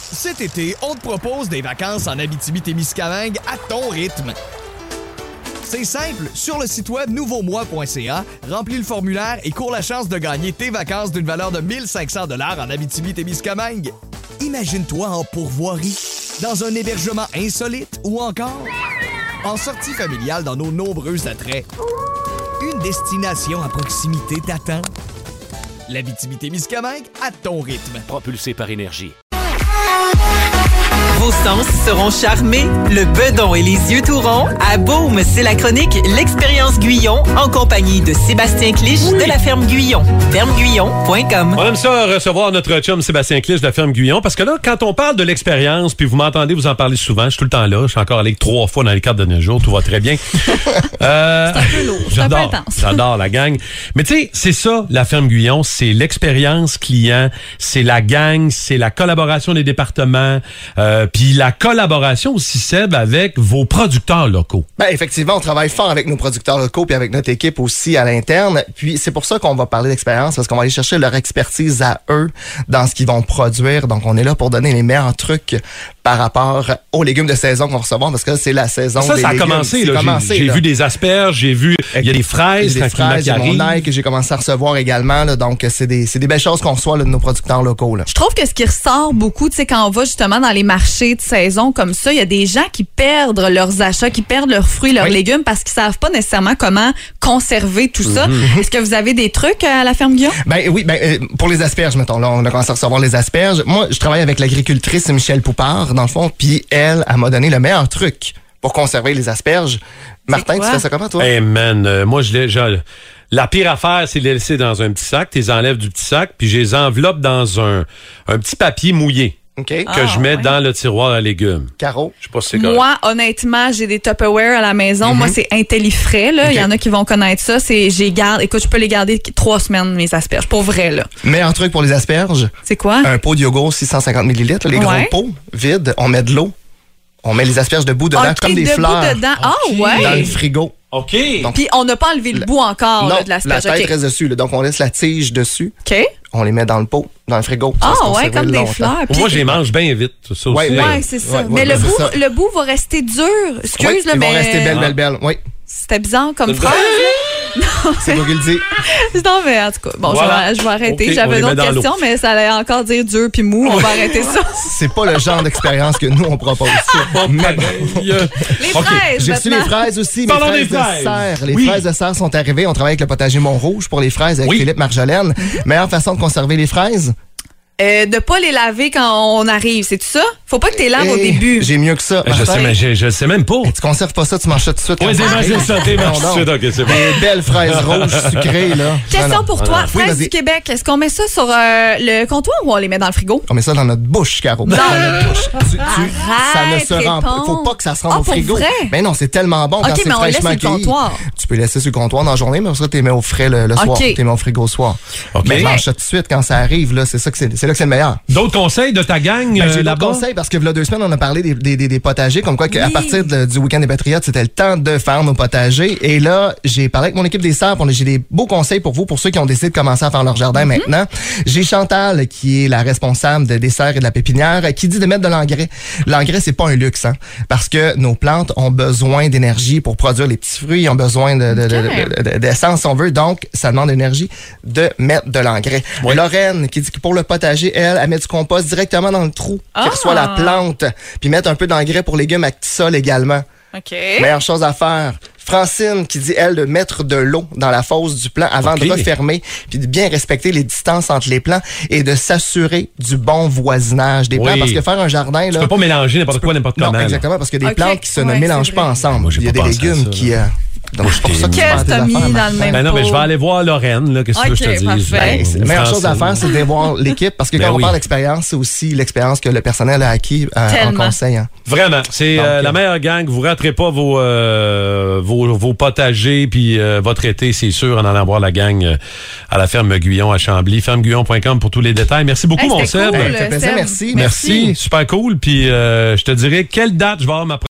Cet été, on te propose des vacances en Abitibi-Témiscamingue à ton rythme. C'est simple, sur le site web nouveaumois.ca, remplis le formulaire et cours la chance de gagner tes vacances d'une valeur de 1 500 $ en Abitibi-Témiscamingue. Imagine-toi en pourvoirie, dans un hébergement insolite ou encore en sortie familiale dans nos nombreux attraits. Une destination à proximité t'attend. L'Abitibi-Témiscamingue à ton rythme. Propulsé par Énergie. Vos sens seront charmés, le bedon et les yeux tout ronds. À Beaume, c'est la chronique L'Expérience Guyon en compagnie de Sébastien Clich de la ferme Guyon. fermeguyon.com. On aime ça recevoir notre chum Sébastien Clich de la ferme Guyon parce que là, quand on parle de l'expérience, puis vous m'entendez, vous en parlez souvent, je suis tout le temps là, je suis encore allé 3 fois dans les 4 derniers jours, tout va très bien. C'est un peu lourd, c'est un peu intense. J'adore la gang. Mais tu sais, c'est ça, la ferme Guyon, c'est l'expérience client, c'est la gang, c'est la collaboration des départements, puis la collaboration aussi, Seb, avec vos producteurs locaux. Ben, effectivement, on travaille fort avec nos producteurs locaux puis avec notre équipe aussi à l'interne. Puis c'est pour ça qu'on va parler d'expérience, parce qu'on va aller chercher leur expertise à eux dans ce qu'ils vont produire. Donc, on est là pour donner les meilleurs trucs par rapport aux légumes de saison qu'on va recevoir, parce que c'est la saison des légumes. Ça a commencé. Là. J'ai vu des asperges, j'ai vu, il y a des fraises, il y a mon ail que j'ai commencé à recevoir également. Là, donc, c'est des belles choses qu'on reçoit là, de nos producteurs locaux. Là. Je trouve que ce qui ressort beaucoup, tu sais, quand on va justement dans les marchés de saison comme ça, il y a des gens qui perdent leurs achats, qui perdent leurs fruits, leurs légumes parce qu'ils savent pas nécessairement comment conserver tout ça. Est-ce que vous avez des trucs à la ferme Guyon? Ben oui, pour les asperges, mettons, là, on a commencé à recevoir les asperges. Moi, je travaille avec l'agricultrice Michel Poupard, dans le fond, puis elle m'a donné le meilleur truc pour conserver les asperges. Martin, tu fais ça comment, toi? Hey man, moi, la pire affaire, c'est de les laisser dans un petit sac. Tu les enlèves du petit sac, puis je les enveloppe dans un petit papier mouillé. Okay. Que je mets dans le tiroir à légumes. Caro? Je sais pas si c'est correct. Moi, honnêtement, j'ai des Tupperware à la maison. Moi, c'est Intellifrais. Là. Il y en a qui vont connaître ça. Écoute, je peux les garder 3 semaines, mes asperges. Pour vrai, là. Meilleur truc pour les asperges. C'est quoi? Un pot de yogourt 650 ml. Les gros pots vides. On met de l'eau. On met les asperges debout dedans, comme des fleurs. Dedans. Ouais. Dans le frigo. OK. Puis on n'a pas enlevé le bout encore non, là, de l'asperge. La tête reste dessus. Là. Donc, on laisse la tige dessus. OK. On les met dans le pot, dans le frigo. Ouais, comme des fleurs. Moi, je les mange bien vite. Ça aussi. Ouais, c'est ça. Mais le bout va rester dur. Excuse, mais... Ils vont rester belle. Oui. C'était bizarre comme phrase. Non, c'est toi qui le dis. Non, mais en tout cas, bon, voilà. je vais arrêter. Okay, j'avais une autre question, mais ça allait encore dire dur puis mou. On va arrêter ça. C'est pas le genre d'expérience que nous, on propose. Les fraises, j'ai reçu les fraises aussi. Parlons des fraises de serre. Les fraises de serre sont arrivées. On travaille avec le potager Montrouge pour les fraises avec Philippe Marjolaine. Meilleure façon de conserver les fraises? De pas les laver quand on arrive, c'est tout ça? Faut pas que tu les laves au début. J'ai mieux que ça. Je sais même pas. Tu conserves pas ça, tu manges ça tout de suite. Oui, c'est ça, tu manges tout de suite. OK, c'est bon. Des belles fraises rouges sucrées, là. Question pour toi, fraises du Québec. Est-ce qu'on met ça sur le comptoir ou on les met dans le frigo? On met ça dans notre bouche, Caro. Dans notre bouche. Ça ne se rend pas. Faut pas que ça se rende au frigo. Mais non, c'est tellement bon quand c'est fraîchement cueilli. Tu peux laisser sur le comptoir dans la journée, mais après ça, tu les mets au frais le soir. Tu les mets au frigo le soir. Mais mange ça tout de suite quand ça arrive, là. C'est là que c'est le meilleur. D'autres conseils de ta gang j'ai là-bas? D'autres conseils parce que il y a 2 semaines, on a parlé des potagers, comme quoi à partir du week-end des Patriotes, c'était le temps de faire nos potagers. Et là, j'ai parlé avec mon équipe des serres, j'ai des beaux conseils pour vous, pour ceux qui ont décidé de commencer à faire leur jardin maintenant. J'ai Chantal, qui est la responsable des serres et de la pépinière, qui dit de mettre de l'engrais. L'engrais, c'est pas un luxe, hein, parce que nos plantes ont besoin d'énergie pour produire les petits fruits, ils ont besoin d'essence, si on veut, donc ça demande d'énergie de mettre de l'engrais. Lorraine, qui dit que pour le potager, elle met du compost directement dans le trou qui reçoit la plante, puis mettre un peu d'engrais pour légumes à petit sol également. OK. Meilleure chose à faire. Francine qui dit, elle, de mettre de l'eau dans la fosse du plant avant de refermer, puis de bien respecter les distances entre les plants et de s'assurer du bon voisinage des plants, parce que faire un jardin... Tu peux pas mélanger n'importe quoi, n'importe comment. Non, exactement, parce qu'il y a des plantes qui ne mélangent pas ensemble. Il y a des légumes qui... Donc, c'est pour ça que qu'est-ce que t'as mis dans le même pot? Non, mais je vais aller voir Lorraine, là, qu'est-ce que je te dis? La meilleure chose à faire, c'est de voir l'équipe, parce que quand on parle d'expérience, c'est aussi l'expérience que le personnel a acquis en conseil. Hein. Vraiment, c'est la meilleure gang. Vous raterez pas vos potagers puis votre été, c'est sûr, en allant voir la gang à la ferme Guyon à Chambly. fermeguyon.com pour tous les détails. Merci beaucoup, mon Seb. Cool, ça fait plaisir, merci. Merci, super cool. Puis je te dirais, quelle date je vais avoir ma